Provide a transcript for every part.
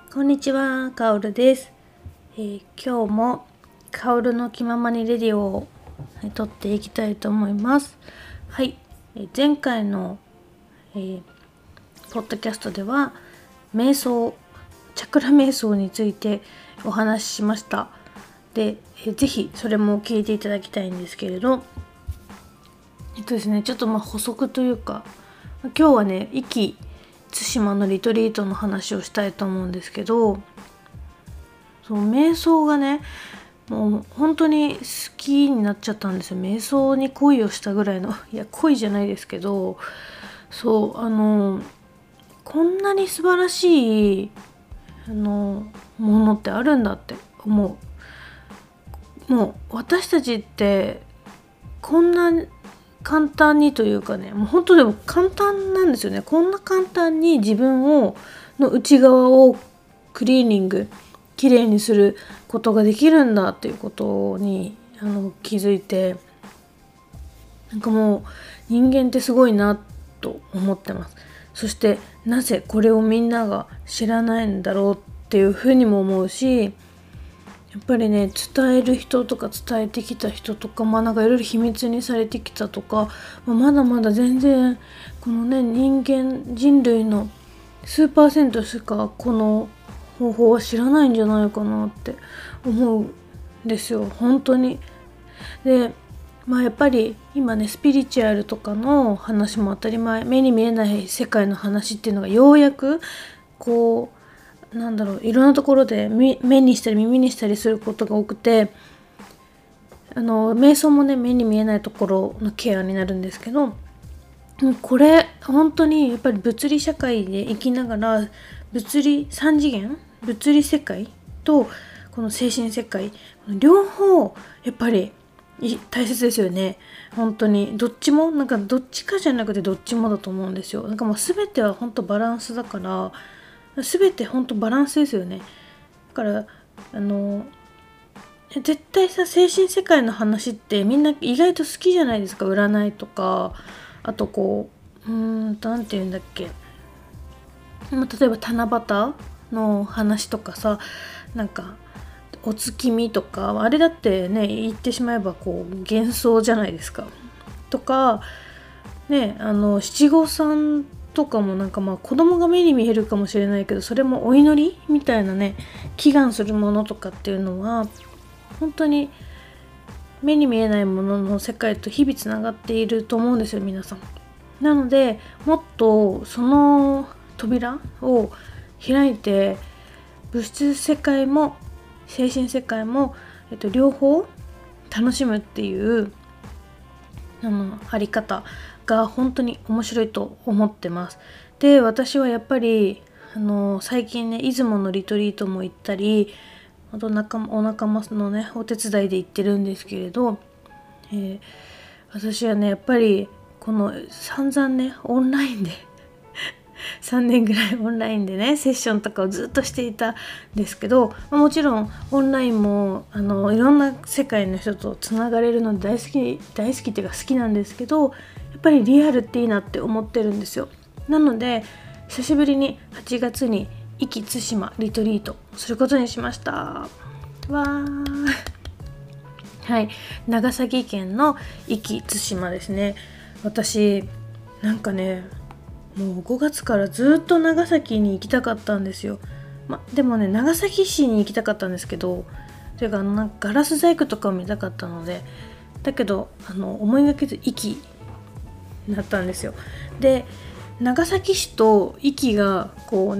こんにちは、かおるです。今日もかおるの気ままにレディオを撮っていきたいと思います。はい、前回の、ポッドキャストでは瞑想、チャクラ瞑想についてお話ししました。で、ぜひそれも聞いていただきたいんですけれど、ですね、ちょっと補足というか、今日はね、壱岐対馬のリトリートの話をしたいと思うんですけど、その瞑想がね、もう本当に好きになっちゃったんですよ。瞑想に恋をしたぐらいの、いや恋じゃないですけど、そうこんなに素晴らしいものってあるんだって思う。もう私たちってこんな簡単にというかね、もう本当でも簡単なんですよね。こんな簡単に自分の内側をクリーニング、きれいにすることができるんだっていうことに気づいて、なんかもう人間ってすごいなと思ってます。そしてなぜこれをみんなが知らないんだろうっていうふうにも思うし、やっぱりね、伝える人とか伝えてきた人とか、なんかいろいろ秘密にされてきたとか、まだまだ全然このね、人類の数%しかこの方法は知らないんじゃないかなって思うんですよ、本当に。で、やっぱり今ね、スピリチュアルとかの話も当たり前、目に見えない世界の話っていうのがようやくこういろんなところで目にしたり耳にしたりすることが多くて、瞑想もね、目に見えないところのケアになるんですけど、これ本当にやっぱり物理社会で生きながら、3次元物理世界とこの精神世界、両方やっぱり大切ですよね。本当にどっちも、どっちかじゃなくてどっちもだと思うんですよ。もう全ては本当バランスだから、全て本当バランスですよね。だから絶対さ、精神世界の話ってみんな意外と好きじゃないですか。占いとか、あとなんて言うんだっけ、例えば七夕の話とかさ、お月見とか、あれだってね、言ってしまえば幻想じゃないですか。とかね、七五三とかも子供が目に見えるかもしれないけど、それもお祈りみたいなね、祈願するものとかっていうのは本当に目に見えないものの世界と日々つながっていると思うんですよ、皆さん。なのでもっとその扉を開いて、物質世界も精神世界も、両方楽しむっていうあり方が本当に面白いと思ってます。で、私はやっぱり最近ね、出雲のリトリートも行ったり、あとお仲間のね、お手伝いで行ってるんですけれど、私はね、やっぱりこの散々ね、オンラインで3年ぐらいオンラインでね、セッションとかをずっとしていたんですけど、もちろんオンラインもいろんな世界の人とつながれるので大好きっていうか好きなんですけど、やっぱりリアルっていいなって思ってるんですよ。なので久しぶりに8月に壱岐対馬リトリートすることにしました。わーはい、長崎県の壱岐対馬ですね。私もう5月からずっと長崎に行きたかったんですよ。でもね、長崎市に行きたかったんですけど、というかガラス細工とかを見たかったので、だけど思いがけず壱岐になったんですよ。で、長崎市と壱岐が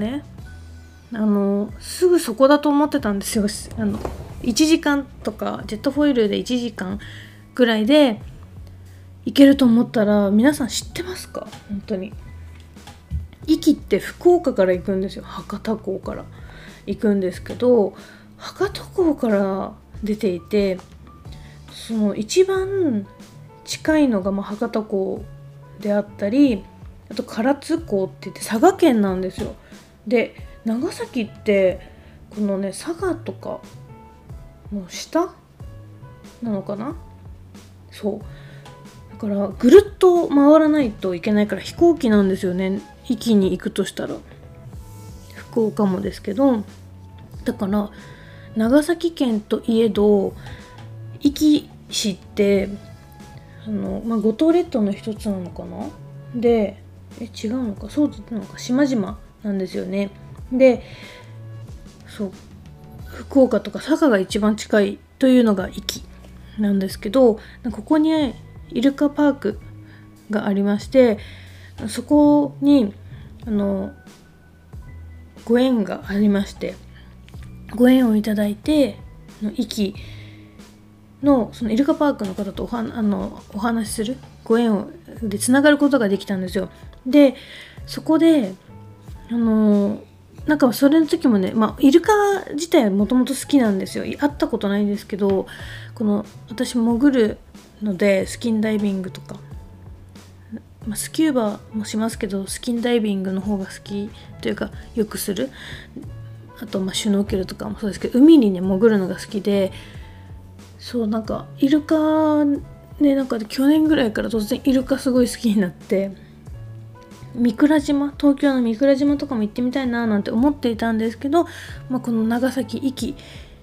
すぐそこだと思ってたんですよ。1時間とかジェットフォイルで1時間ぐらいで行けると思ったら、皆さん知ってますか？本当に壱岐って福岡から行くんですよ。博多港から行くんですけど、博多港から出ていて、その一番近いのが博多港であったり、あと唐津港って言って佐賀県なんですよ。で、長崎ってこのね、佐賀とかの下なのかな。そうだからぐるっと回らないといけないから飛行機なんですよね。壱岐に行くとしたら福岡もですけど、 だから長崎県といえど壱岐市って五島列島の一つなのかな。で違うのか、そうなのか、島々なんですよね。でそう福岡とか佐賀が一番近いというのが壱岐なんですけど、ここにイルカパークがありまして、そこにご縁がありまして、ご縁をいただいて壱岐のそのイルカパークの方とお話しするご縁でつながることができたんですよ。でそこでなんかそれの時もね、イルカ自体はもともと好きなんですよ。会ったことないんですけど、私潜るのでスキンダイビングとか、スキューバもしますけどスキンダイビングの方が好きというかよくする。あとシュノーケルとかもそうですけど、海にね潜るのが好きで、そうなんかイルカね、なんか去年ぐらいから突然イルカすごい好きになって、東京の三倉島とかも行ってみたいななんて思っていたんですけど、この長崎壱岐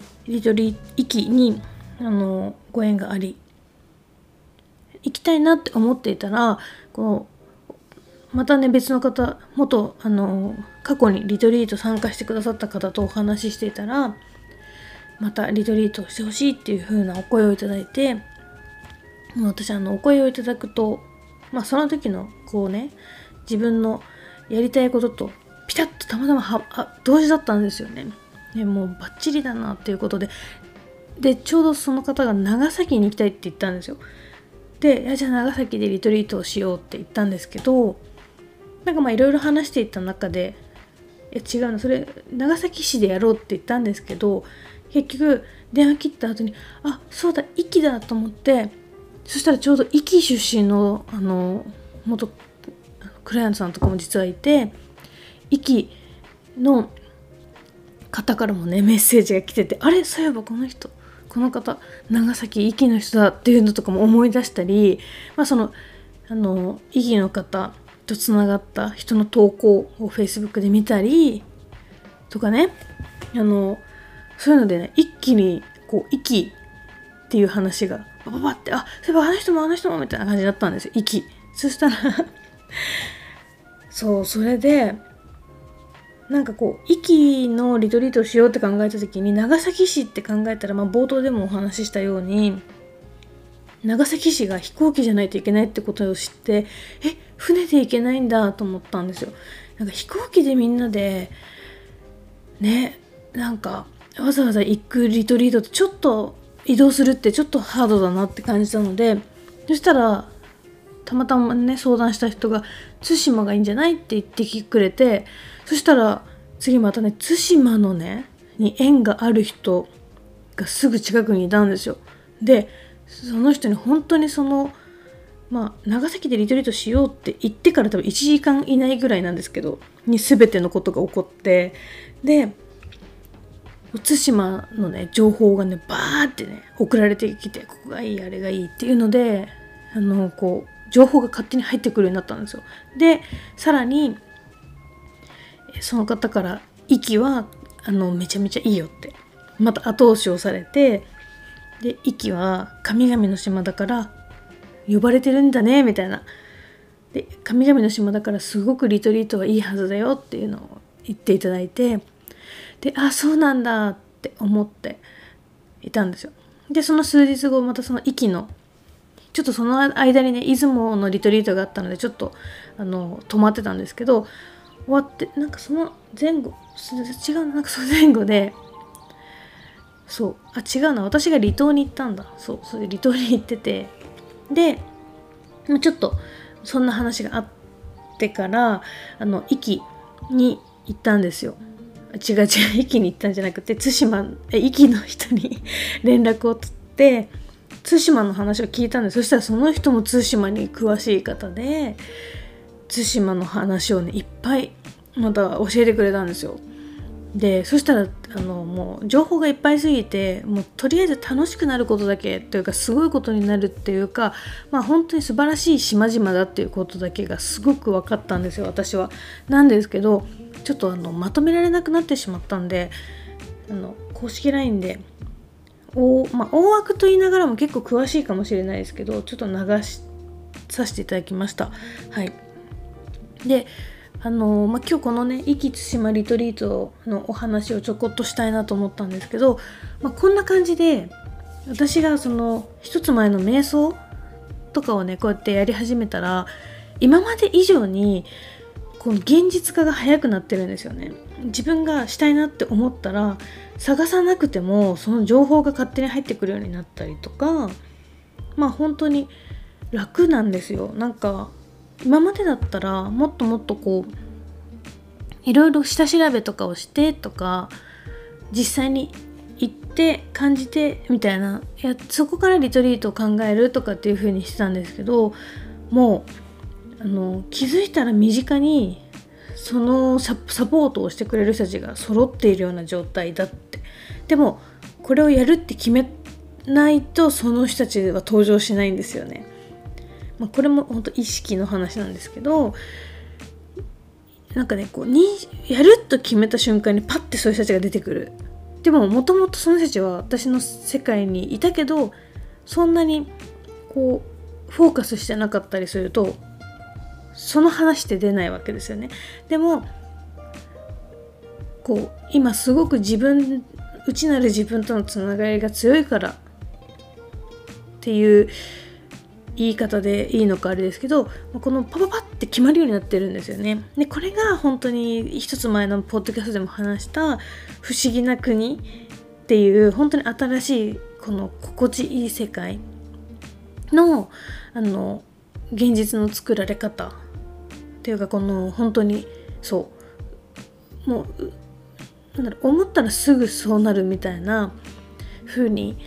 にご縁があり行きたいなって思っていたら、またね別の方、過去にリトリート参加してくださった方とお話ししていたら、またリトリートしてほしいっていう風なお声をいただいて、私お声をいただくと、その時の自分のやりたいこととピタッとたまたま同時だったんですよね。もうバッチリだなっていうことで、ちょうどその方が長崎に行きたいって言ったんですよ。でじゃあ長崎でリトリートをしようって言ったんですけど、いろいろ話していった中で、違うの、それ長崎市でやろうって言ったんですけど、結局電話切った後にそうだ壱岐だと思って、そしたらちょうど壱岐出身の元クライアントさんとかも実はいて、壱岐の方からもねメッセージが来てて、そういえばこの方長崎壱岐の人だっていうのとかも思い出したり、壱岐の方とつながった人の投稿を Facebook で見たりとかね、そういうのでね、一気に壱岐っていう話がバババって、そういえばあの人もみたいな感じだったんですよ、壱岐。そしたらそれで壱岐のリトリートをしようって考えた時に、長崎市って考えたら、冒頭でもお話ししたように長崎市が飛行機じゃないといけないってことを知って、船で行けないんだと思ったんですよ。飛行機でみんなでね、わざわざ行くリトリートってちょっと移動するってちょっとハードだなって感じたので、そしたらたまたまね相談した人が対馬がいいんじゃないって言ってきてくれて、そしたら次またね対馬のねに縁がある人がすぐ近くにいたんですよ。でその人に本当に長崎でリトリートしようって言ってから多分1時間以内ぐらいなんですけどに全てのことが起こって、で対馬のね情報がねバーってね送られてきて、ここがいいあれがいいっていうので情報が勝手に入ってくるようになったんですよ。でさらにその方から壱岐はめちゃめちゃいいよってまた後押しをされて、で壱岐は神々の島だから呼ばれてるんだねみたいな、で神々の島だからすごくリトリートはいいはずだよっていうのを言っていただいて、でそうなんだって思っていたんですよ。でその数日後またその壱岐のちょっとその間にね出雲のリトリートがあったのでちょっと泊まってたんですけど、終わってその前後その前後で違うな、私が離島に行ったんだ。それで離島に行ってて、でちょっとそんな話があってから壱岐に行ったんですよ。違う壱岐に行ったんじゃなくて壱岐の人に連絡を取って対馬の話を聞いたんです。そしたらその人も対馬に詳しい方で対馬の話をねいっぱいまた教えてくれたんですよ。でそしたらもう情報がいっぱいすぎて、もうとりあえず楽しくなることだけというかすごいことになるっていうか、本当に素晴らしい島々だっていうことだけがすごく分かったんですよ、私は。なんですけどちょっとまとめられなくなってしまったんで、 公式 LINE で大枠と言いながらも結構詳しいかもしれないですけど、ちょっと流させていただきました。はい。で今日このね壱岐対馬リトリートのお話をちょこっとしたいなと思ったんですけど、こんな感じで私がその一つ前の瞑想とかをねこうやってやり始めたら、今まで以上にこの現実化が早くなってるんですよね。自分がしたいなって思ったら探さなくてもその情報が勝手に入ってくるようになったりとか、本当に楽なんですよ。なんか今までだったらもっともっとこういろいろ下調べとかをしてとか、実際に行って感じてみたいな、そこからリトリートを考えるとかっていう風にしてたんですけど、もう気づいたら身近にそのサポートをしてくれる人たちが揃っているような状態だって。でもこれをやるって決めないとその人たちは登場しないんですよね。これも本当意識の話なんですけど、なんかねやると決めた瞬間にパッてそういう人たちが出てくる。でももともとその人たちは私の世界にいたけど、そんなにこうフォーカスしてなかったりするとその話って出ないわけですよね。でも今すごく内なる自分とのつながりが強いからっていう言い方でいいのかあれですけど、このパパパって決まるようになってるんですよね。でこれが本当に一つ前のポッドキャストでも話した不思議な国っていう本当に新しいこの心地いい世界の現実の作られ方っていうか、この本当にそうもう思ったらすぐそうなるみたいな風に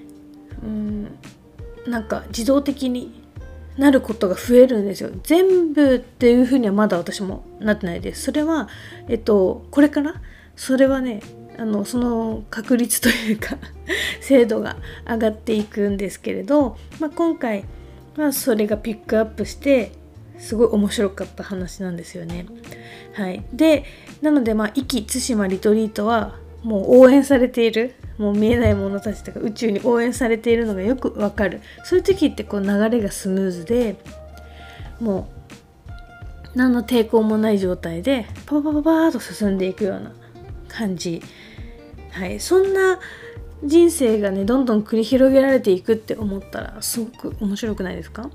なんか自動的になることが増えるんですよ。全部っていう風にはまだ私もなってないです。それはこれからそれはねその確率というか精度が上がっていくんですけれど、今回はそれがピックアップしてすごい面白かった話なんですよね。はい。でなので壱岐対馬リトリートはもう応援されている、もう見えないものたちとか宇宙に応援されているのがよくわかる。そういう時って流れがスムーズで、もう何の抵抗もない状態でパパパパーっと進んでいくような感じ。はい。そんな人生がねどんどん繰り広げられていくって思ったらすごく面白くないですか？はい。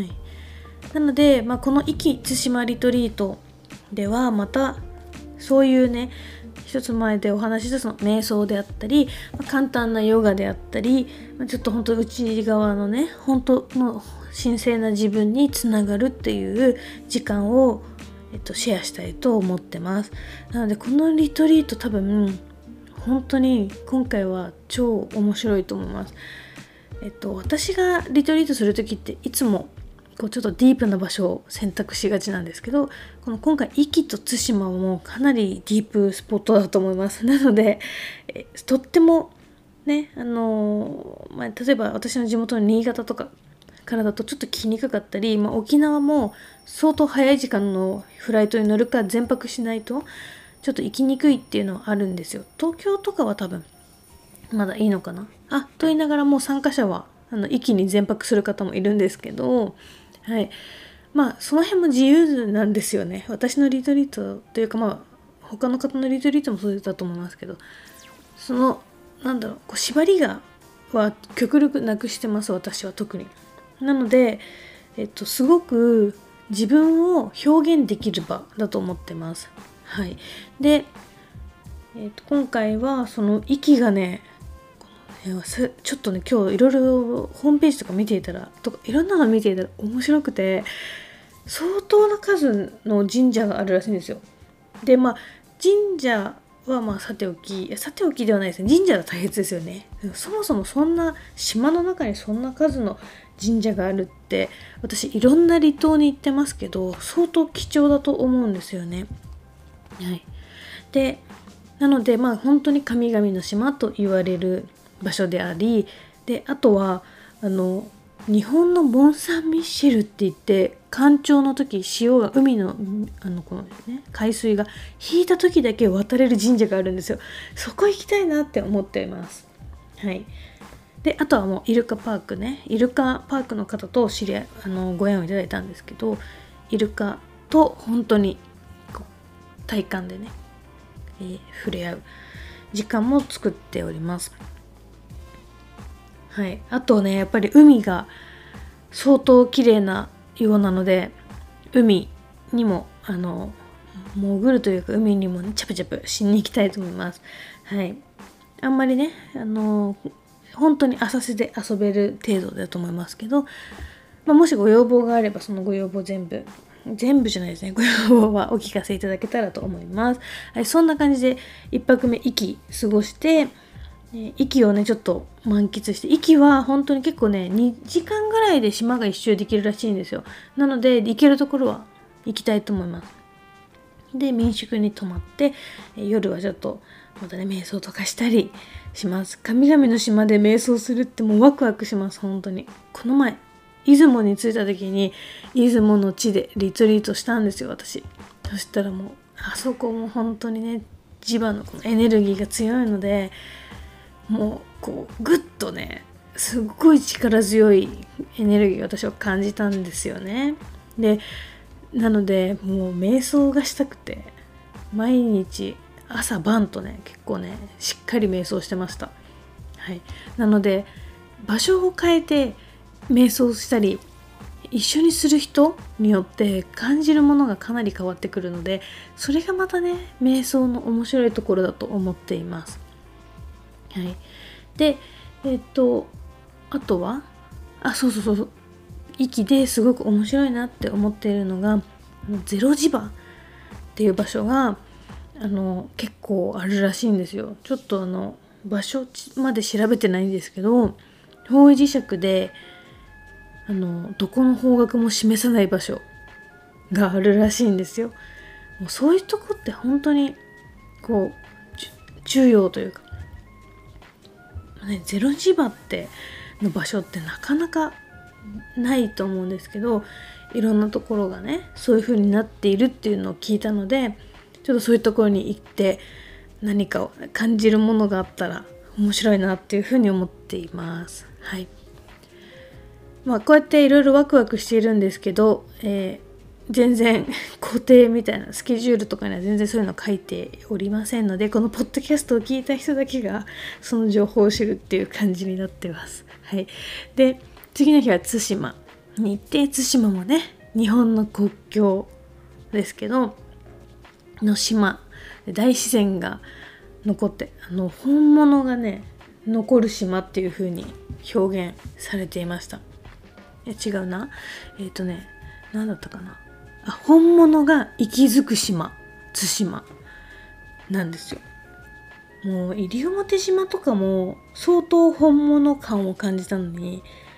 なので、この壱岐対馬リトリートではまたそういうね一つ前でお話ししたその瞑想であったり、簡単なヨガであったり、ちょっと本当内側のね本当の神聖な自分につながるっていう時間を、シェアしたいと思ってます。なのでこのリトリート多分本当に今回は超面白いと思います。私がリトリートする時っていつもちょっとディープな場所を選択しがちなんですけど、今回壱岐と対馬もかなりディープスポットだと思います。なのでとってもね例えば私の地元の新潟とかからだとちょっと来にくかったり、沖縄も相当早い時間のフライトに乗るか全泊しないとちょっと行きにくいっていうのはあるんですよ。東京とかは多分まだいいのかなと言いながらもう参加者は壱岐に全泊する方もいるんですけど、はい、その辺も自由なんですよね。私のリトリートというか他の方のリトリートもそうだと思いますけど、その縛りは極力なくしてます。私は特に。なので、すごく自分を表現できる場だと思ってます。はい。で、今回はその息がねちょっとね今日いろいろホームページとか見ていたらいろんなの見ていたら面白くて、相当な数の神社があるらしいんですよ。で神社はさておきではないですね。神社は大切ですよね。そもそもそんな島の中にそんな数の神社があるって私いろんな離島に行ってますけど相当貴重だと思うんですよね。はい。でなので本当に神々の島と言われる場所であり、であとは日本のモン・サン・ミッシェルって言って干潮の時、潮が海のこのね海水が引いた時だけ渡れる神社があるんですよ。そこ行きたいなって思っています。はい。であとはもうイルカパークね、イルカパークの方と知り合いご縁をいただいたんですけど、イルカと本当に体感でね、触れ合う時間も作っております。はい。あとね、やっぱり海が相当綺麗なようなので、海にも潜るというか海にもねチャプチャプしに行きたいと思います。はい。あんまりね本当に浅瀬で遊べる程度だと思いますけど、もしご要望があればそのご要望全部じゃないですね、ご要望はお聞かせいただけたらと思います。はい、そんな感じで1泊目息過ごして、息をねちょっと満喫して、息は本当に結構ね2時間ぐらいで島が一周できるらしいんですよ。なので行けるところは行きたいと思います。で民宿に泊まって夜はちょっとまたね瞑想とかしたりします。神々の島で瞑想するってもうワクワクします。本当にこの前出雲に着いた時に出雲の地でリトリートしたんですよ、私。そしたらもうあそこも本当にね地場のこのエネルギーが強いので、もうこうグッとねすっごい力強いエネルギーを私は感じたんですよね。でなのでもう瞑想がしたくて毎日朝晩とね結構ねしっかり瞑想してました。はい。なので場所を変えて瞑想したり一緒にする人によって感じるものがかなり変わってくるので、それがまたね瞑想の面白いところだと思っています。はい。であとはそう息ですごく面白いなって思っているのがゼロ磁場っていう場所が結構あるらしいんですよ。ちょっと場所まで調べてないんですけど、方位磁石でどこの方角も示さない場所があるらしいんですよ。もうそういうとこって本当にこう重要というか、ね、ゼロ磁場っての場所ってなかなかないと思うんですけど、いろんなところがねそういう風になっているっていうのを聞いたので、ちょっとそういうところに行って何かを感じるものがあったら面白いなっていう風に思っています。はい。こうやっていろいろワクワクしているんですけど、全然固定みたいなスケジュールとかには全然そういうの書いておりませんので、このポッドキャストを聞いた人だけがその情報を知るっていう感じになってます。はい。で次の日は対馬に行って、対馬もね日本の国境ですけどの島、大自然が残って本物がね残る島っていう風に表現されていました。違うな、何だったかな、本物が息づく島、対馬なんですよ。もう西表島とかも相当本物感を感じたのに、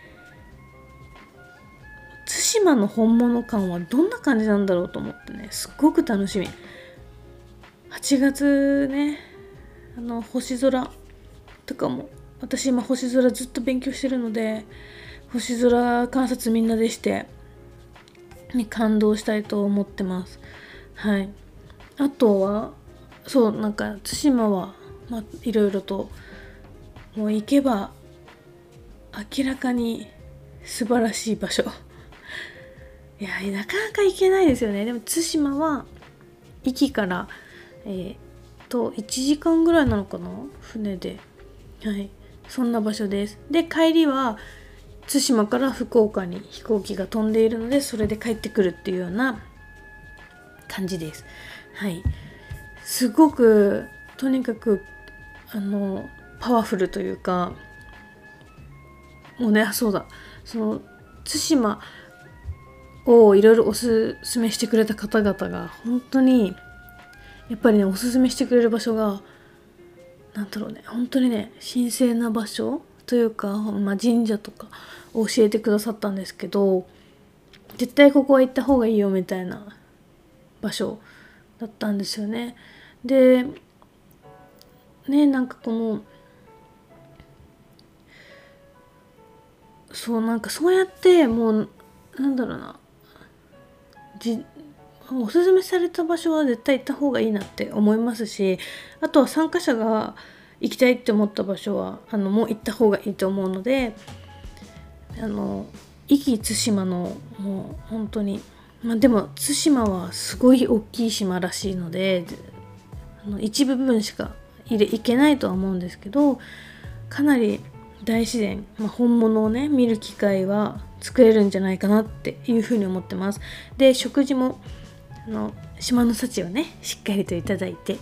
対馬の本物感はどんな感じなんだろうと思ってね、すっごく楽しみ。8月ね星空とかも、私今星空ずっと勉強してるので星空観察みんなでして感動したいと思ってます。はい。あとはなんか対馬はいろいろともう行けば明らかに素晴らしい場所いやなかなか行けないですよね。でも対馬は壱岐から1時間ぐらいなのかな、船で。はい、そんな場所です。で帰りは対馬から福岡に飛行機が飛んでいるので、それで帰ってくるっていうような感じです。はい。すごくとにかくパワフルというか、もうねその対馬をいろいろおすすめしてくれた方々が本当にやっぱりねおすすめしてくれる場所がなんだろうね、本当にね神聖な場所というか、神社とかを教えてくださったんですけど、絶対ここは行った方がいいよみたいな場所だったんですよね。でなんかなんかそうやってもうなんだろうな、おすすめされた場所は絶対行った方がいいなって思いますし、あとは参加者が行きたいって思った場所はもう行った方がいいと思うので、壱岐対馬のもう本当に、でも対馬はすごい大きい島らしいので一部分しか行けないとは思うんですけど、かなり大自然、本物をね見る機会は作れるんじゃないかなっていうふうに思ってます。で、食事も島の幸をねしっかりといただいて、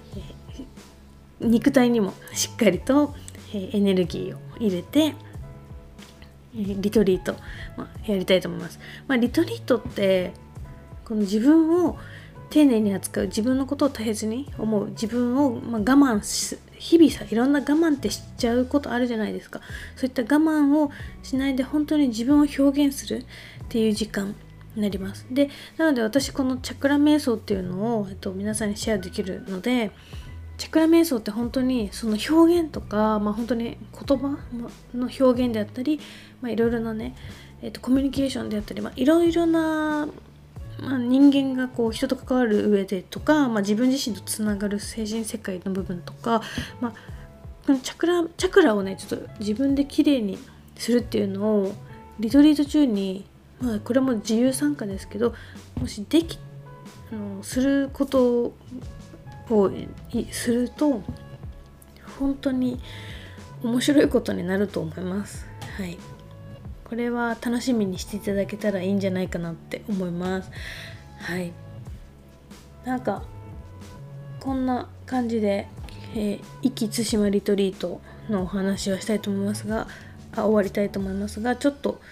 肉体にもしっかりとエネルギーを入れてリトリート、やりたいと思います。リトリートってこの自分を丁寧に扱う、自分のことを大切に思う、自分を我慢し、日々いろんな我慢ってしちゃうことあるじゃないですか。そういった我慢をしないで本当に自分を表現するっていう時間になります。で、なので私このチャクラ瞑想っていうのを、皆さんにシェアできるので、チャクラ瞑想って本当にその表現とか、本当に言葉の表現であったり、いろいろなね、コミュニケーションであったり、いろいろな、人間がこう人と関わる上でとか、自分自身とつながる精神世界の部分とか、このチャクラをねちょっと自分できれいにするっていうのをリトリート中に、これも自由参加ですけど、もしすることをすると本当に面白いことになると思います。はい、これは楽しみにしていただけたらいいんじゃないかなって思います。はい、なんかこんな感じで壱岐対馬リトリートのお話をしたいと思いますが、終わりたいと思いますが、ちょっと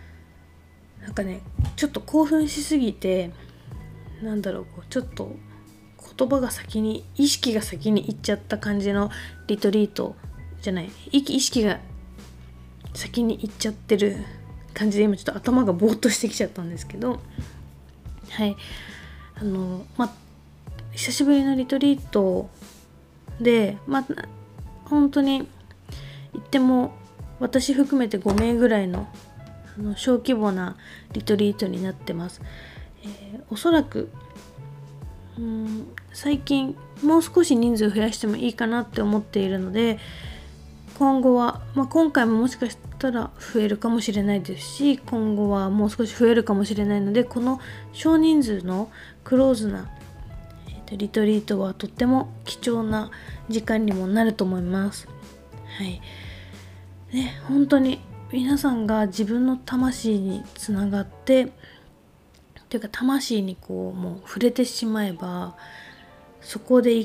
興奮しすぎて、ちょっと言葉が先に、意識が先にいっちゃった感じのリトリートじゃない、意識が先にいっちゃってる感じで、今ちょっと頭がぼーっとしてきちゃったんですけど、はい、久しぶりのリトリートで、本当に言っても私含めて5名ぐらいの小規模なリトリートになってます。おそらく最近もう少し人数を増やしてもいいかなって思っているので、今後は、今回ももしかしたら増えるかもしれないですし、今後はもう少し増えるかもしれないので、この少人数のクローズな、リトリートはとっても貴重な時間にもなると思います。はい、ね、本当に皆さんが自分の魂につながってというか、魂にもう触れてしまえば、そこで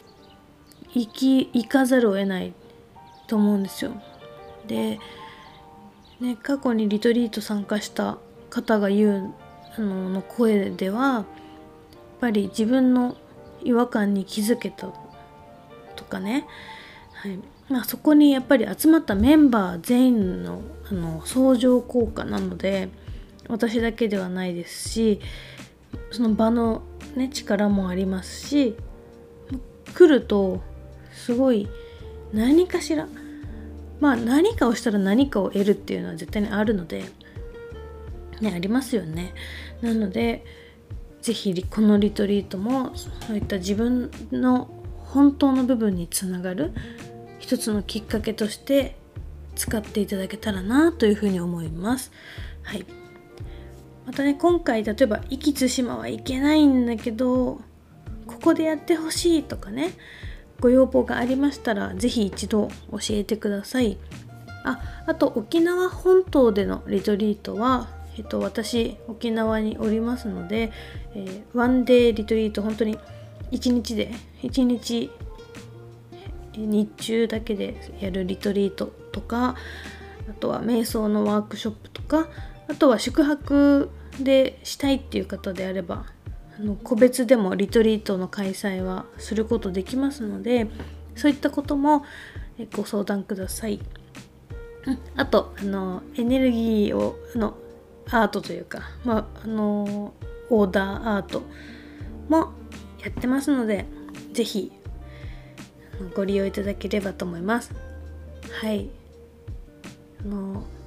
生かざるを得ないと思うんですよ。で、過去にリトリート参加した方が言うの声では、やっぱり自分の違和感に気づけたとかね、はい、そこにやっぱり集まったメンバー全員の相乗効果なので、私だけではないですし、その場の力もありますし、来るとすごい何かしら、何かをしたら何かを得るっていうのは絶対にあるので、ありますよね。なのでぜひこのリトリートもそういった自分の本当の部分につながる一つのきっかけとして使っていただけたらなというふうに思います。はい、また今回例えば壱岐対馬は行けないんだけどここでやってほしいとかね、ご要望がありましたらぜひ一度教えてください。あと沖縄本島でのリトリートは、私沖縄におりますので、ワンデーリトリート、本当に1日日中だけでやるリトリートとか、あとは瞑想のワークショップとか、あとは宿泊でしたいっていう方であれば個別でもリトリートの開催はすることできますので、そういったこともご相談ください。あとエネルギーをアートというか、オーダーアートもやってますので、ぜひご利用いただければと思います。はい、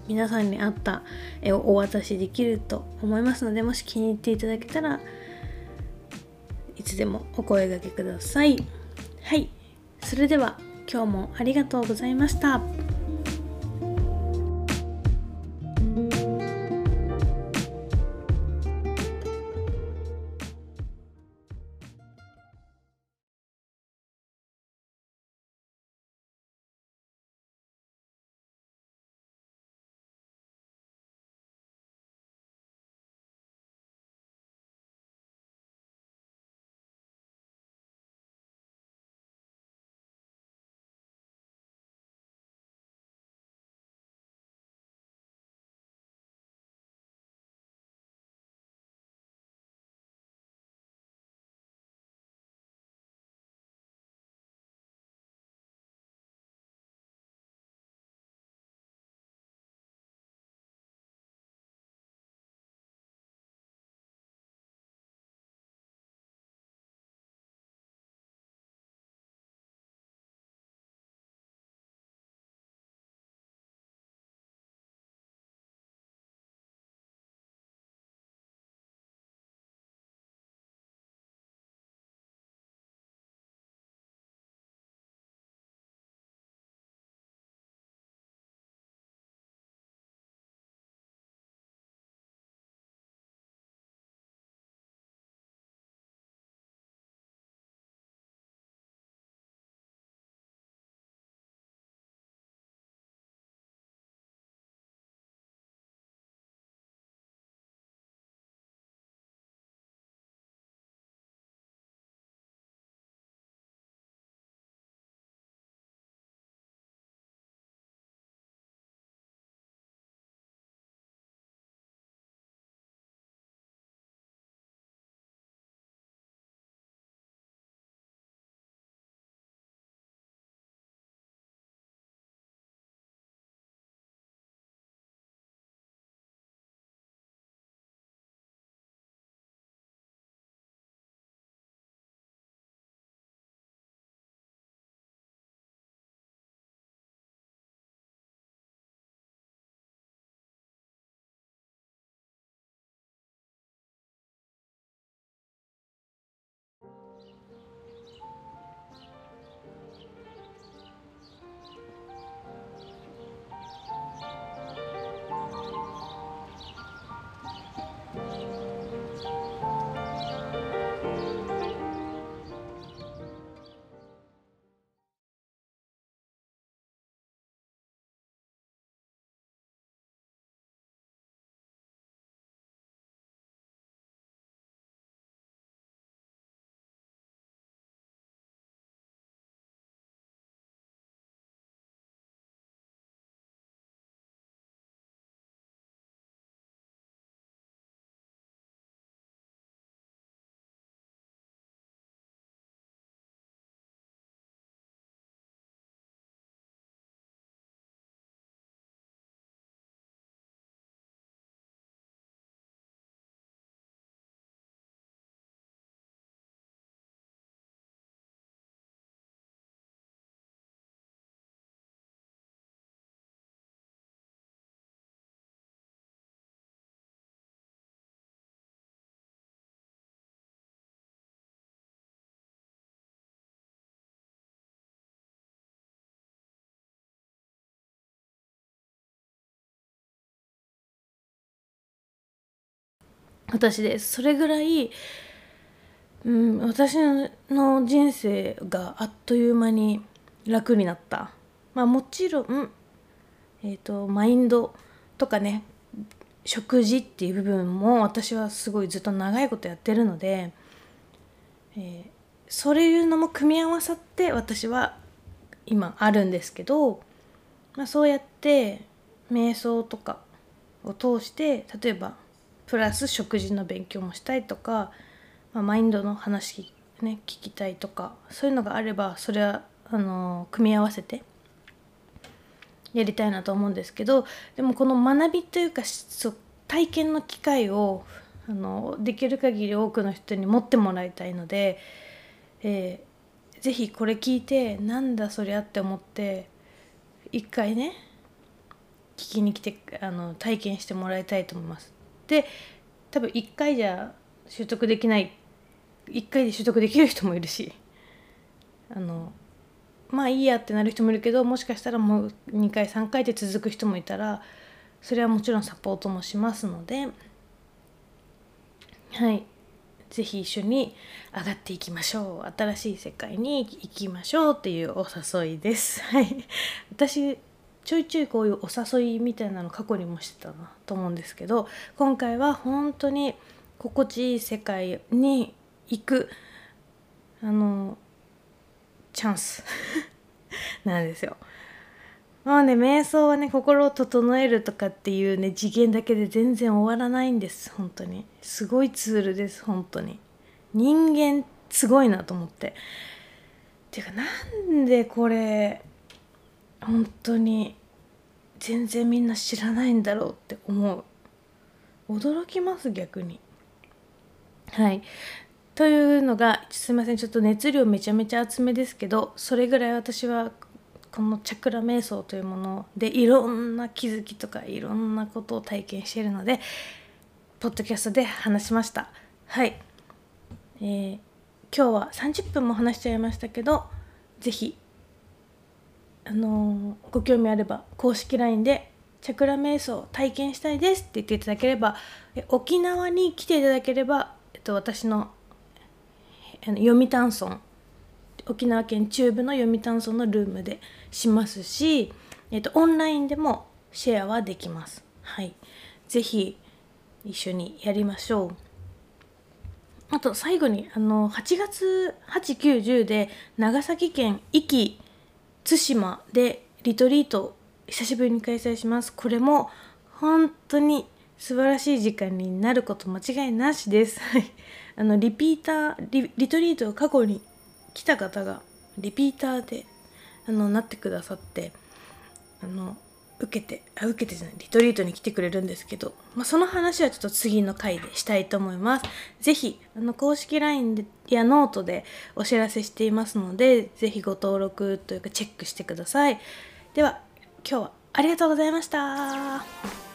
皆さんに合った絵をお渡しできると思いますので、もし気に入っていただけたらいつでもお声掛けください。はい、それでは今日もありがとうございました。私です。それぐらい、私の人生があっという間に楽になった。もちろん、マインドとかね、食事っていう部分も私はすごいずっと長いことやってるので、そういうのも組み合わさって私は今あるんですけど、そうやって瞑想とかを通して例えばプラス食事の勉強もしたいとか、マインドの話ね聞きたいとか、そういうのがあればそれは組み合わせてやりたいなと思うんですけど、でもこの学びというか体験の機会をできる限り多くの人に持ってもらいたいので、ぜひこれ聞いてなんだそりゃって思って一回ね聞きに来て体験してもらいたいと思います。で多分1回じゃ習得できない、1回で習得できる人もいるし、まあいいやってなる人もいるけど、もしかしたらもう2回3回で続く人もいたら、それはもちろんサポートもしますので、はい、ぜひ一緒に上がっていきましょう。新しい世界に行きましょうっていうお誘いです。はい。私ちょいちょいこういうお誘いみたいなの過去にもしてたなと思うんですけど、今回は本当に心地いい世界に行くチャンスなんですよ。まあね、瞑想はね、心を整えるとかっていうね次元だけで全然終わらないんです。本当にすごいツールです。本当に人間すごいなと思って。っていうか、なんでこれ本当に全然みんな知らないんだろうって思う。驚きます、逆に。はい。というのが、すいません、ちょっと熱量めちゃめちゃ厚めですけど、それぐらい私はこのチャクラ瞑想というものでいろんな気づきとかいろんなことを体験しているので、ポッドキャストで話しました。はい。今日は30分も話しちゃいましたけど、ぜひご興味あれば公式 LINE でチャクラ瞑想体験したいですって言っていただければ、沖縄に来ていただければ、私の読谷村、沖縄県中部の読谷村のルームでしますし、オンラインでもシェアはできます。はい、ぜひ一緒にやりましょう。あと最後に8月8、9、10で長崎県壱岐対馬でリトリート久しぶりに開催します。これも本当に素晴らしい時間になること間違いなしです。リピーター リトリートを過去に来た方がリピーターでなってくださって、受けてじゃない、リトリートに来てくれるんですけど、その話はちょっと次の回でしたいと思います。ぜひ公式 LINE やノートでお知らせしていますので、ぜひご登録というかチェックしてください。では今日はありがとうございました。